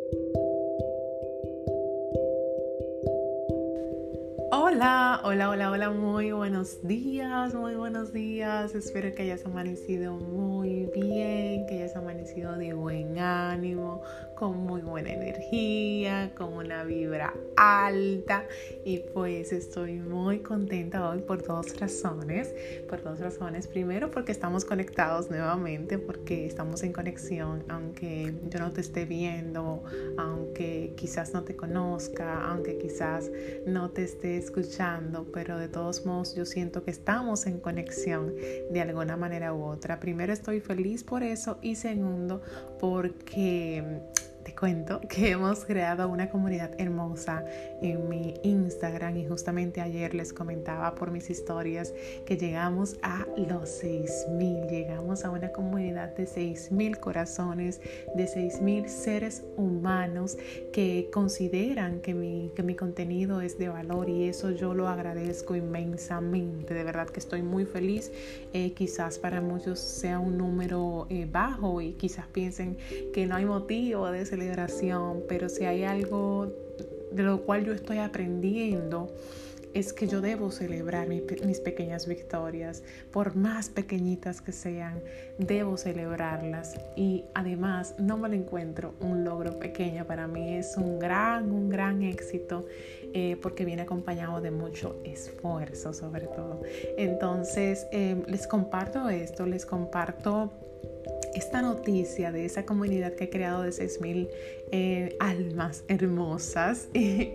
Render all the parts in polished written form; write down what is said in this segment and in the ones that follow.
Hola, muy buenos días. Espero que hayas amanecido muy bien, que hayas amanecido de buen ánimo, con muy buena energía, con una vibra alta. Y pues estoy muy contenta hoy por dos razones. Primero, porque estamos conectados nuevamente, porque estamos en conexión, aunque yo no te esté viendo, aunque quizás no te conozca, aunque quizás no te esté escuchando, pero de todos modos yo siento que estamos en conexión de alguna manera u otra. Primero, estoy feliz por eso, y segundo, porque te cuento que hemos creado una comunidad hermosa en mi Instagram, y justamente ayer les comentaba por mis historias que llegamos a los 6,000. Llegamos a una comunidad de 6,000 corazones, de 6,000 seres humanos que consideran que mi contenido es de valor, y eso yo lo agradezco inmensamente. De verdad que estoy muy feliz. Quizás para muchos sea un número bajo, y quizás piensen que no hay motivo de celebración, pero si hay algo de lo cual yo estoy aprendiendo, es que yo debo celebrar mis pequeñas victorias, por más pequeñitas que sean, debo celebrarlas. Y además no me lo encuentro un logro pequeño, para mí es un gran éxito, porque viene acompañado de mucho esfuerzo sobre todo. Entonces les comparto esta noticia de esa comunidad que he creado de 6,000 almas hermosas,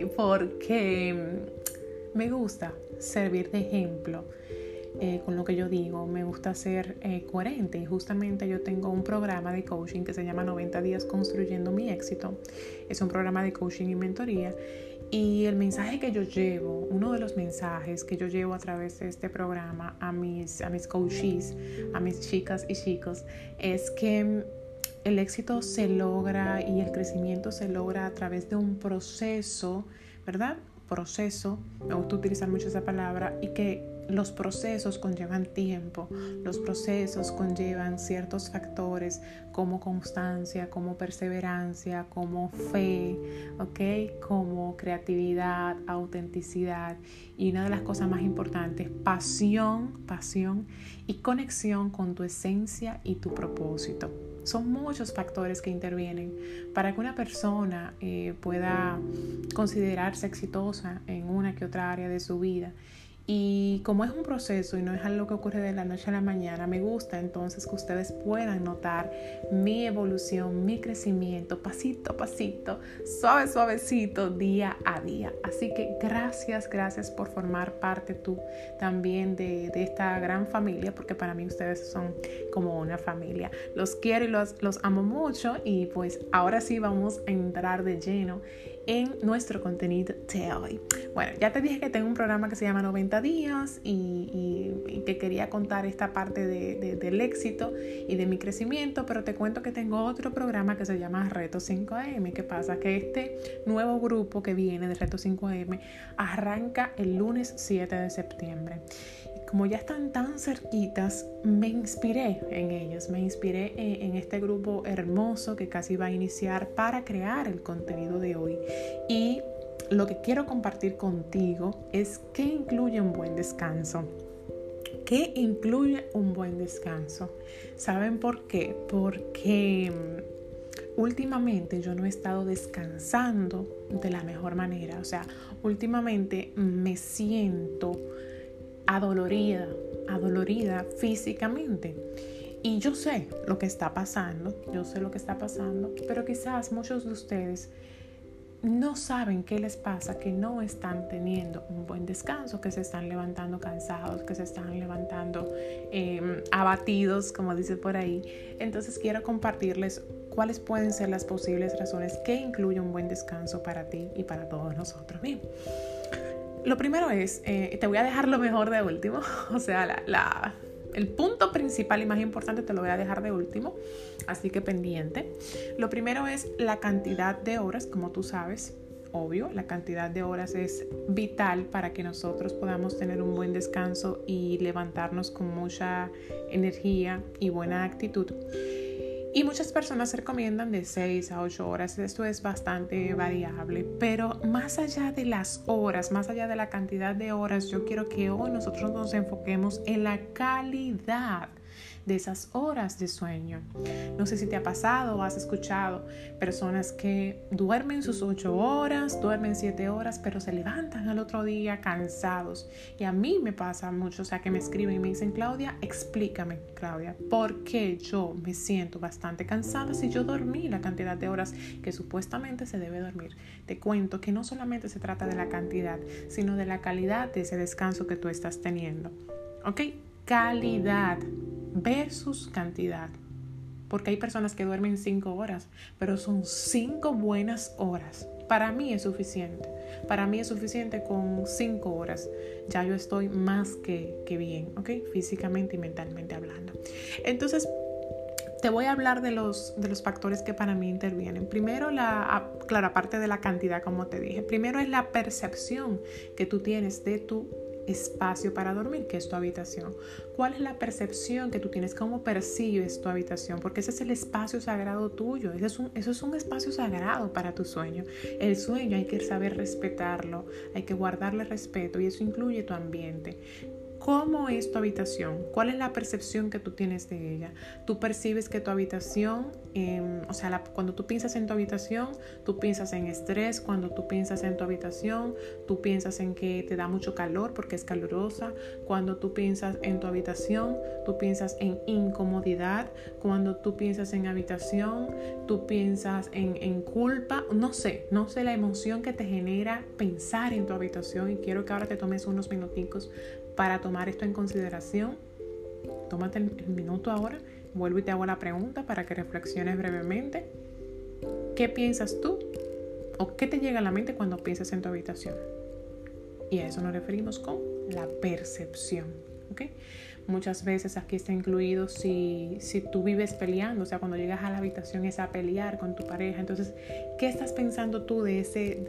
porque me gusta servir de ejemplo con lo que yo digo. Me gusta ser coherente, y justamente yo tengo un programa de coaching que se llama 90 días construyendo mi éxito. Es un programa de coaching y mentoría, y el mensaje que yo llevo, uno de los mensajes que yo llevo a través de este programa a mis coaches, a mis chicas y chicos, es que el éxito se logra y el crecimiento se logra a través de un proceso, ¿verdad? Proceso, me gusta utilizar mucho esa palabra, y que los procesos conllevan tiempo, los procesos conllevan ciertos factores como constancia, como perseverancia, como fe, como creatividad, autenticidad, y una de las cosas más importantes, pasión y conexión con tu esencia y tu propósito. Son muchos factores que intervienen para que una persona pueda considerarse exitosa en una que otra área de su vida. Y como es un proceso y no es algo que ocurre de la noche a la mañana, me gusta entonces que ustedes puedan notar mi evolución, mi crecimiento, pasito a pasito, suavecito, día a día. Así que gracias por formar parte tú también de esta gran familia, porque para mí ustedes son como una familia. Los quiero y los amo mucho, y pues ahora sí vamos a entrar de lleno en nuestro contenido de hoy. Bueno, ya te dije que tengo un programa que se llama 90 días y que quería contar esta parte del éxito y de mi crecimiento, pero te cuento que tengo otro programa que se llama Reto 5am. ¿Qué pasa? Que este nuevo grupo que viene de Reto 5am arranca el lunes 7 de septiembre. Como ya están tan cerquitas, me inspiré en ellos, en este grupo hermoso que casi va a iniciar para crear el contenido de hoy. Y lo que quiero compartir contigo es qué incluye un buen descanso. ¿Qué incluye un buen descanso? ¿Saben por qué? Porque últimamente yo no he estado descansando de la mejor manera. O sea, últimamente me siento adolorida físicamente, y yo sé lo que está pasando, pero quizás muchos de ustedes no saben qué les pasa, que no están teniendo un buen descanso, que se están levantando cansados, que se están levantando abatidos, como dice por ahí. Entonces quiero compartirles cuáles pueden ser las posibles razones que incluye un buen descanso para ti y para todos nosotros. Bien. Lo primero es, te voy a dejar lo mejor de último, o sea, el punto principal y más importante te lo voy a dejar de último, así que pendiente. Lo primero es la cantidad de horas. Como tú sabes, obvio, la cantidad de horas es vital para que nosotros podamos tener un buen descanso y levantarnos con mucha energía y buena actitud. Y muchas personas se recomiendan de 6 a 8 horas. Esto es bastante variable. Pero más allá de las horas, más allá de la cantidad de horas, yo quiero que hoy nosotros nos enfoquemos en la calidad de esas horas de sueño. No sé si te ha pasado o has escuchado personas que duermen sus 8 horas, duermen 7 horas, pero se levantan al otro día cansados. Y a mí me pasa mucho, o sea, que me escriben y me dicen, Claudia, explícame, Claudia, ¿por qué yo me siento bastante cansada si yo dormí la cantidad de horas que supuestamente se debe dormir? Te cuento que no solamente se trata de la cantidad, sino de la calidad de ese descanso que tú estás teniendo. ¿Ok? Calidad versus cantidad, porque hay personas que duermen 5 horas, pero son 5 buenas horas. Para mí es suficiente. Para mí es suficiente con 5 horas. Ya yo estoy más que bien, ¿ok? Físicamente y mentalmente hablando. Entonces, te voy a hablar de los factores que para mí intervienen. Primero, claro, aparte de la cantidad, como te dije. Primero es la percepción que tú tienes de tu espacio para dormir, que es tu habitación. ¿Cuál es la percepción que tú tienes? ¿Cómo percibes tu habitación? Porque ese es el espacio sagrado tuyo. Eso es un espacio sagrado para tu sueño. El sueño hay que saber respetarlo, hay que guardarle respeto y eso incluye tu ambiente. ¿Cómo es tu habitación? ¿Cuál es la percepción que tú tienes de ella? Tú percibes que tu habitación, cuando tú piensas en tu habitación, tú piensas en estrés. Cuando tú piensas en tu habitación, tú piensas en que te da mucho calor porque es calurosa. Cuando tú piensas en tu habitación, tú piensas en incomodidad. Cuando tú piensas en habitación, tú piensas en culpa. No sé la emoción que te genera pensar en tu habitación, y quiero que ahora te tomes unos minuticos para tomar esto en consideración. Tómate el minuto ahora, vuelvo y te hago la pregunta para que reflexiones brevemente. ¿Qué piensas tú? ¿O qué te llega a la mente cuando piensas en tu habitación? Y a eso nos referimos con la percepción, ¿ok? Muchas veces aquí está incluido si tú vives peleando, o sea, cuando llegas a la habitación es a pelear con tu pareja. Entonces, ¿qué estás pensando tú de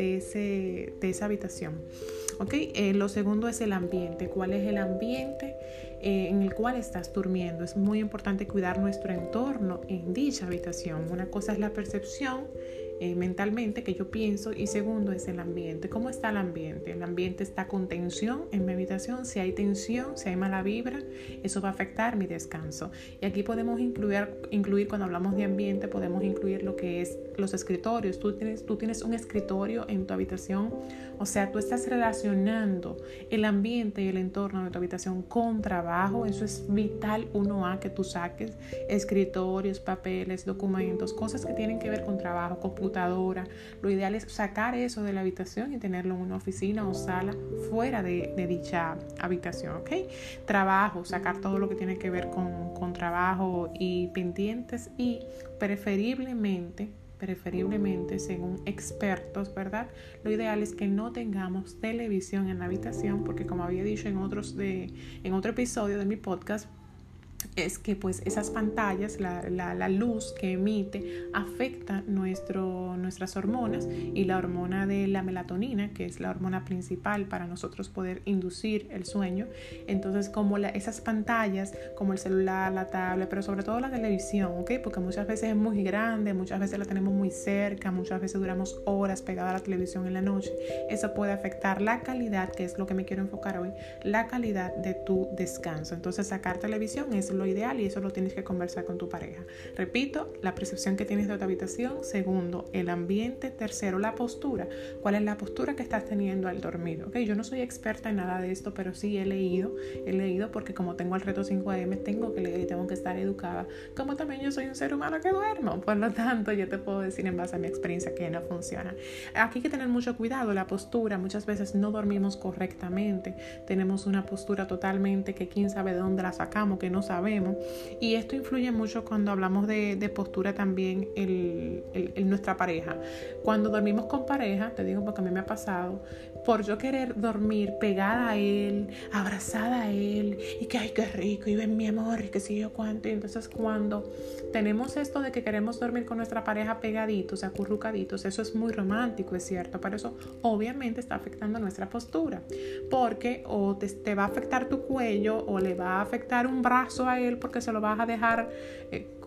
esa habitación? ¿Ok? Lo segundo es el ambiente. ¿Cuál es el ambiente en el cual estás durmiendo? Es muy importante cuidar nuestro entorno en dicha habitación. Una cosa es la percepción mentalmente que yo pienso, y segundo es el ambiente. ¿Cómo está el ambiente? El ambiente está con tensión en mi habitación. Si hay tensión, si hay mala vibra, eso va a afectar mi descanso. Y aquí podemos incluir cuando hablamos de ambiente, podemos incluir lo que es los escritorios. Tú tienes un escritorio en tu habitación, o sea, tú estás relacionando el ambiente y el entorno de tu habitación con trabajo. Eso es vital, 1A, que tú saques escritorios, papeles, documentos, cosas que tienen que ver con trabajo, computadora. Lo ideal es sacar eso de la habitación y tenerlo en una oficina o sala fuera de dicha habitación, ¿ok? Trabajo, sacar todo lo que tiene que ver con trabajo y pendientes, y preferiblemente, según expertos, ¿verdad? Lo ideal es que no tengamos televisión en la habitación, porque como había dicho en otro episodio de mi podcast, es que pues esas pantallas, la luz que emite afecta nuestras hormonas, y la hormona de la melatonina, que es la hormona principal para nosotros poder inducir el sueño. Entonces, como esas pantallas, como el celular, la tablet, pero sobre todo la televisión, ¿ok? Porque muchas veces es muy grande, muchas veces la tenemos muy cerca, muchas veces duramos horas pegadas a la televisión en la noche. Eso puede afectar la calidad, que es lo que me quiero enfocar hoy, la calidad de tu descanso. Entonces, sacar televisión es lo ideal, y eso lo tienes que conversar con tu pareja. Repito, la percepción que tienes de tu habitación. Segundo, el ambiente. Tercero, la postura. ¿Cuál es la postura que estás teniendo al dormir? ¿Okay? Yo no soy experta en nada de esto, pero sí he leído porque como tengo el reto 5am, tengo que leer y tengo que estar educada. Como también yo soy un ser humano que duermo, por lo tanto yo te puedo decir en base a mi experiencia que no funciona. Aquí hay que tener mucho cuidado. La postura, muchas veces no dormimos correctamente, tenemos una postura totalmente que quién sabe de dónde la sacamos, que no sabemos, y esto influye mucho cuando hablamos de postura también en nuestra pareja. Cuando dormimos con pareja, te digo porque a mí me ha pasado, por yo querer dormir pegada a él, abrazada a él, y que ay, qué rico, y ven mi amor, y qué sé yo cuánto. Y entonces cuando tenemos esto de que queremos dormir con nuestra pareja pegaditos, acurrucaditos, eso es muy romántico, es cierto, pero eso obviamente está afectando nuestra postura, porque o te va a afectar tu cuello, o le va a afectar un brazo a él porque se lo vas a dejar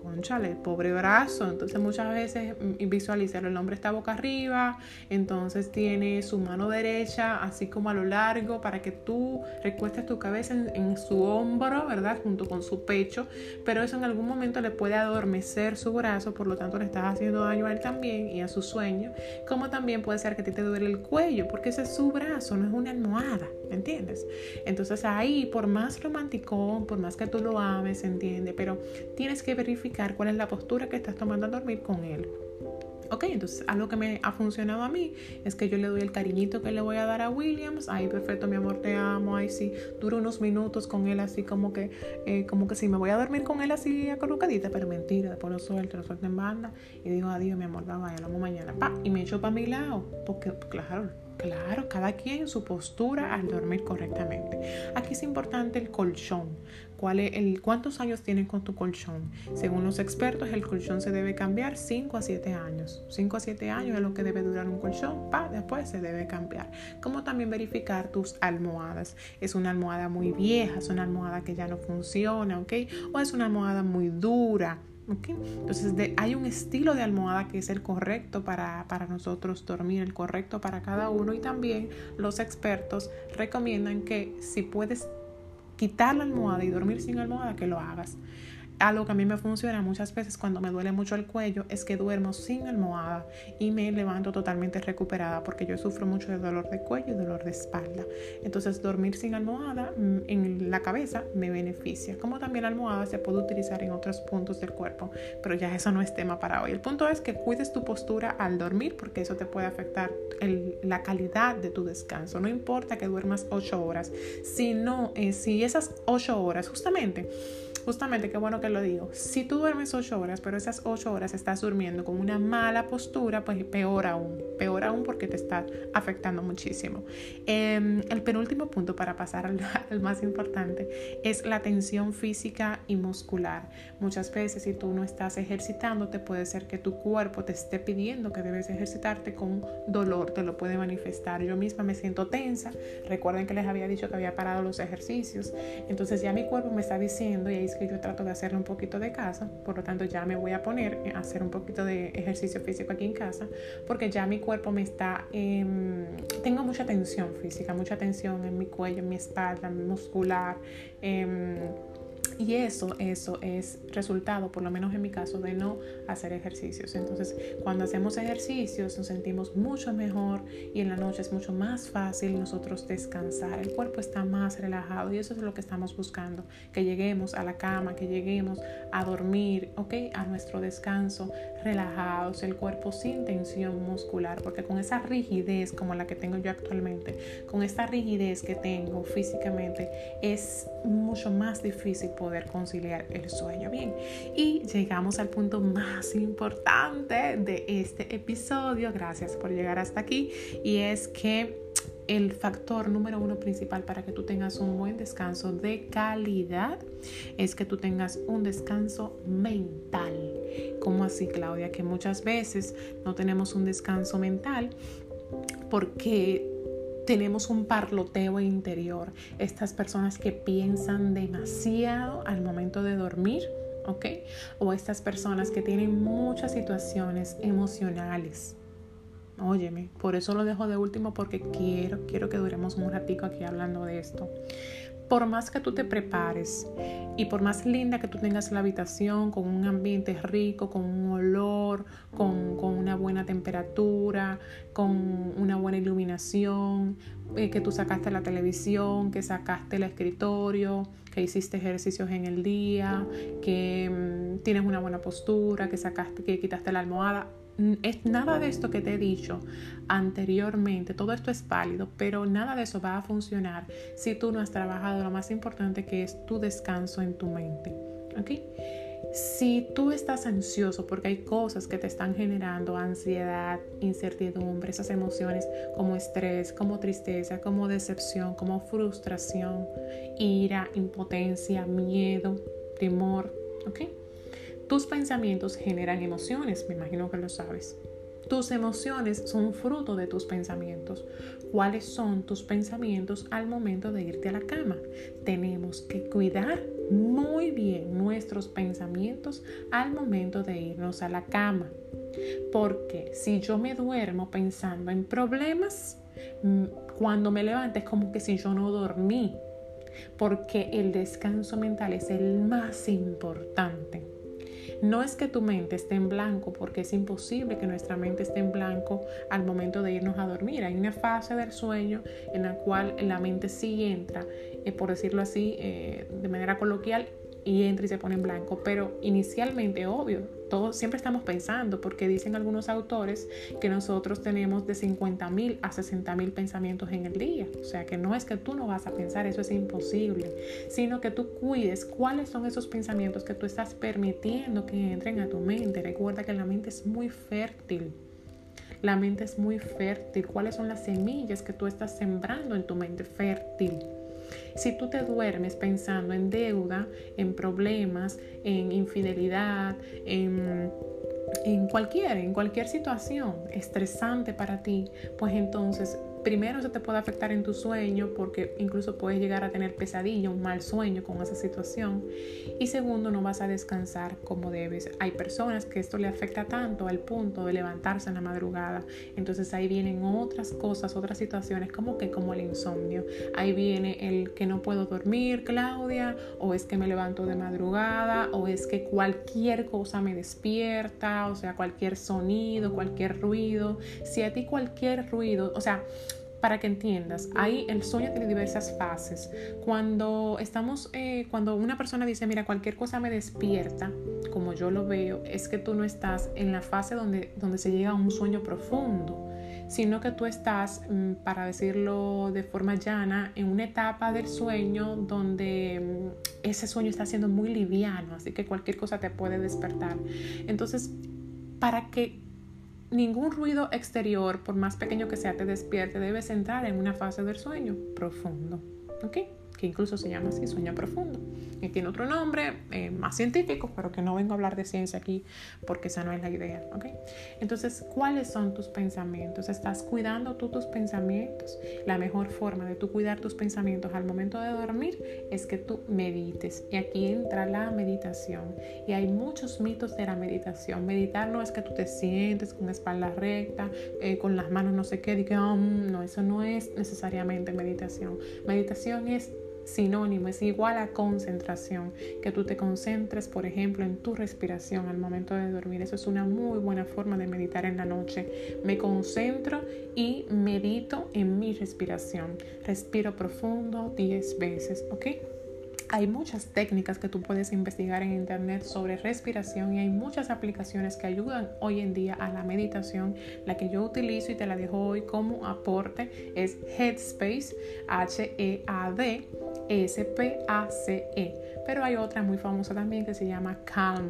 cónchale, pobre brazo. Entonces muchas veces visualizarlo, el hombre está boca arriba, entonces tiene su mano derecha así como a lo largo para que tú recuestes tu cabeza en su hombro, ¿verdad? Junto con su pecho, pero eso en algún momento le puede adormecer su brazo, por lo tanto le estás haciendo daño a él también y a su sueño, como también puede ser que a ti te duele el cuello, porque ese es su brazo, no es una almohada, ¿me entiendes? Entonces ahí, por más romántico, por más que tú lo ames, ¿se entiende? Pero tienes que verificar cuál es la postura que estás tomando al dormir con él. Ok, entonces algo que me ha funcionado a mí es que yo le doy el cariñito que le voy a dar a Williams. Ay, perfecto, mi amor, te amo. Ay, sí, duro unos minutos con él así como que sí, me voy a dormir con él así acurrucadita, pero mentira, después lo suelto en banda y digo, adiós, mi amor, bye, hablamos mañana. Y me echo para mi lado, porque Claro, cada quien su postura al dormir correctamente. Aquí es importante el colchón. ¿Cuántos años tienes con tu colchón? Según los expertos, el colchón se debe cambiar 5 a 7 años. 5 a 7 años es lo que debe durar un colchón. Después se debe cambiar. Como también verificar tus almohadas. ¿Es una almohada muy vieja? ¿Es una almohada que ya no funciona? ¿Ok? ¿O es una almohada muy dura? Okay. Entonces hay un estilo de almohada que es el correcto para nosotros dormir, el correcto para cada uno, y también los expertos recomiendan que si puedes quitar la almohada y dormir sin almohada, que lo hagas. Algo que a mí me funciona muchas veces cuando me duele mucho el cuello es que duermo sin almohada y me levanto totalmente recuperada, porque yo sufro mucho de dolor de cuello y dolor de espalda. Entonces dormir sin almohada en la cabeza me beneficia. Como también la almohada se puede utilizar en otros puntos del cuerpo, pero ya eso no es tema para hoy. El punto es que cuides tu postura al dormir, porque eso te puede afectar la calidad de tu descanso. No importa que duermas 8 horas, si esas 8 horas Justamente, qué bueno que lo digo. Si tú duermes 8 horas, pero esas 8 horas estás durmiendo con una mala postura, pues peor aún porque te está afectando muchísimo. El penúltimo punto, para pasar al más importante, es la tensión física y muscular. Muchas veces, si tú no estás ejercitándote, puede ser que tu cuerpo te esté pidiendo que debes ejercitarte con dolor, te lo puede manifestar. Yo misma me siento tensa. Recuerden que les había dicho que había parado los ejercicios. Entonces ya mi cuerpo me está diciendo, y ahí es que yo trato de hacerle un poquito de casa, por lo tanto ya me voy a poner a hacer un poquito de ejercicio físico aquí en casa, porque ya mi cuerpo me está, tengo mucha tensión física, mucha tensión en mi cuello, en mi espalda, muscular, y eso es resultado, por lo menos en mi caso, de no hacer ejercicios. Entonces, cuando hacemos ejercicios nos sentimos mucho mejor y en la noche es mucho más fácil nosotros descansar. El cuerpo está más relajado y eso es lo que estamos buscando, que lleguemos a la cama, que lleguemos a dormir, ¿ok? A nuestro descanso relajados, el cuerpo sin tensión muscular, porque con esa rigidez como la que tengo yo actualmente, con esta rigidez que tengo físicamente, es mucho más difícil poder conciliar el sueño. Bien, y llegamos al punto más importante de este episodio. Gracias por llegar hasta aquí, y es que el factor número 1 principal para que tú tengas un buen descanso de calidad es que tú tengas un descanso mental. ¿Cómo así, Claudia? Que muchas veces no tenemos un descanso mental porque tenemos un parloteo interior. Estas personas que piensan demasiado al momento de dormir, ¿ok? O estas personas que tienen muchas situaciones emocionales. Óyeme, por eso lo dejo de último, porque quiero que duremos un ratico aquí hablando de esto. Por más que tú te prepares y por más linda que tú tengas la habitación, con un ambiente rico, con un olor, con una buena temperatura, con una buena iluminación, que tú sacaste la televisión, que sacaste el escritorio, que hiciste ejercicios en el día, que tienes una buena postura, que quitaste la almohada, es nada de esto que te he dicho anteriormente. Todo esto es válido, pero nada de eso va a funcionar si tú no has trabajado lo más importante, que es tu descanso en tu mente, ¿ok? Si tú estás ansioso porque hay cosas que te están generando ansiedad, incertidumbre, esas emociones como estrés, como tristeza, como decepción, como frustración, ira, impotencia, miedo, temor, ¿ok? Tus pensamientos generan emociones, me imagino que lo sabes. Tus emociones son fruto de tus pensamientos. ¿Cuáles son tus pensamientos al momento de irte a la cama? Tenemos que cuidar muy bien nuestros pensamientos al momento de irnos a la cama. Porque si yo me duermo pensando en problemas, cuando me levanto es como que si yo no dormí. Porque el descanso mental es el más importante. No es que tu mente esté en blanco, porque es imposible que nuestra mente esté en blanco al momento de irnos a dormir. Hay una fase del sueño en la cual la mente sí entra, por decirlo así, de manera coloquial, y entra y se pone en blanco. Pero inicialmente, obvio, todos siempre estamos pensando, porque dicen algunos autores que nosotros tenemos de 50,000 a 60,000 pensamientos en el día. O sea, que no es que tú no vas a pensar, eso es imposible, sino que tú cuides cuáles son esos pensamientos que tú estás permitiendo que entren a tu mente. Recuerda que la mente es muy fértil. La mente es muy fértil. ¿Cuáles son las semillas que tú estás sembrando en tu mente fértil? Si tú te duermes pensando en deuda, en problemas, en infidelidad, en cualquier situación estresante para ti, pues entonces primero se te puede afectar en tu sueño, porque incluso puedes llegar a tener pesadilla, un mal sueño con esa situación. Y segundo, no vas a descansar como debes. Hay personas que esto le afecta tanto al punto de levantarse en la madrugada. Entonces ahí vienen otras cosas, otras situaciones como el insomnio. Ahí viene el que no puedo dormir, Claudia, o es que me levanto de madrugada, o es que cualquier cosa me despierta, o sea, cualquier sonido, cualquier ruido. Si a ti cualquier ruido, o sea, para que entiendas, ahí el sueño tiene diversas fases. Cuando una persona dice, mira, cualquier cosa me despierta, como yo lo veo, es que tú no estás en la fase donde se llega a un sueño profundo, sino que tú estás, para decirlo de forma llana, en una etapa del sueño donde ese sueño está siendo muy liviano, así que cualquier cosa te puede despertar. Entonces, para que ningún ruido exterior, por más pequeño que sea, te despierte, debes entrar en una fase del sueño profundo, ¿ok? Que incluso se llama así, sueño profundo. Y tiene otro nombre más científico, pero que no vengo a hablar de ciencia aquí porque esa no es la idea, ¿ok? Entonces, ¿cuáles son tus pensamientos? ¿Estás cuidando tú tus pensamientos? La mejor forma de tú cuidar tus pensamientos al momento de dormir es que tú medites. Y aquí entra la meditación. Y hay muchos mitos de la meditación. Meditar no es que tú te sientes con la espalda recta, con las manos no sé qué, y que no, eso no es necesariamente meditación. Meditación es sinónimo, es igual a concentración, que tú te concentres, por ejemplo, en tu respiración al momento de dormir. Eso es una muy buena forma de meditar en la noche. Me concentro y medito en mi respiración. Respiro profundo 10 veces, ¿ok? Hay muchas técnicas que tú puedes investigar en internet sobre respiración y hay muchas aplicaciones que ayudan hoy en día a la meditación. La que yo utilizo y te la dejo hoy como aporte es Headspace, Headspace, pero hay otra muy famosa también que se llama Calm,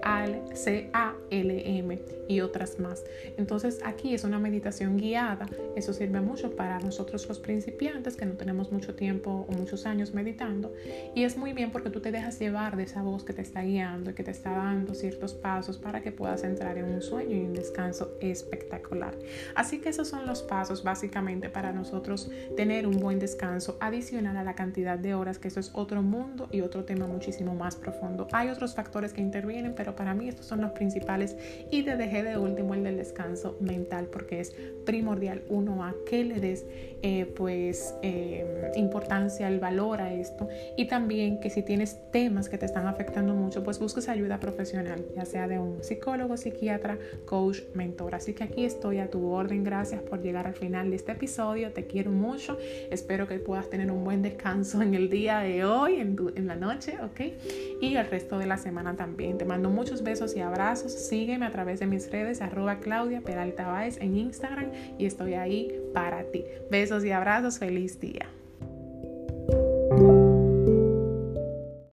Calm, y otras más. Entonces aquí es una meditación guiada. Eso sirve mucho para nosotros los principiantes que no tenemos mucho tiempo o muchos años meditando, y es muy bien porque tú te dejas llevar de esa voz que te está guiando y que te está dando ciertos pasos para que puedas entrar en un sueño y un descanso espectacular. Así que esos son los pasos básicamente para nosotros tener un buen descanso adicional a la cantidad de horas, que eso es otro mundo y otro tema muchísimo más profundo. Hay otros factores que intervienen, pero para mí estos son los principales, y te dejé de último el del descanso mental porque es primordial a que le des importancia, el valor a esto, y también que si tienes temas que te están afectando mucho, pues busques ayuda profesional, ya sea de un psicólogo, psiquiatra, coach, mentor. Así que aquí estoy a tu orden. Gracias por llegar al final de este episodio. Te quiero mucho. Espero que puedas tener un buen descanso en el día de hoy, en la noche, ¿ok? Y el resto de la semana también. Te mando muchos besos y abrazos. Sígueme a través de mis redes, @ClaudiaPeraltaBáez en Instagram, y estoy ahí para ti. Besos y abrazos. Feliz día.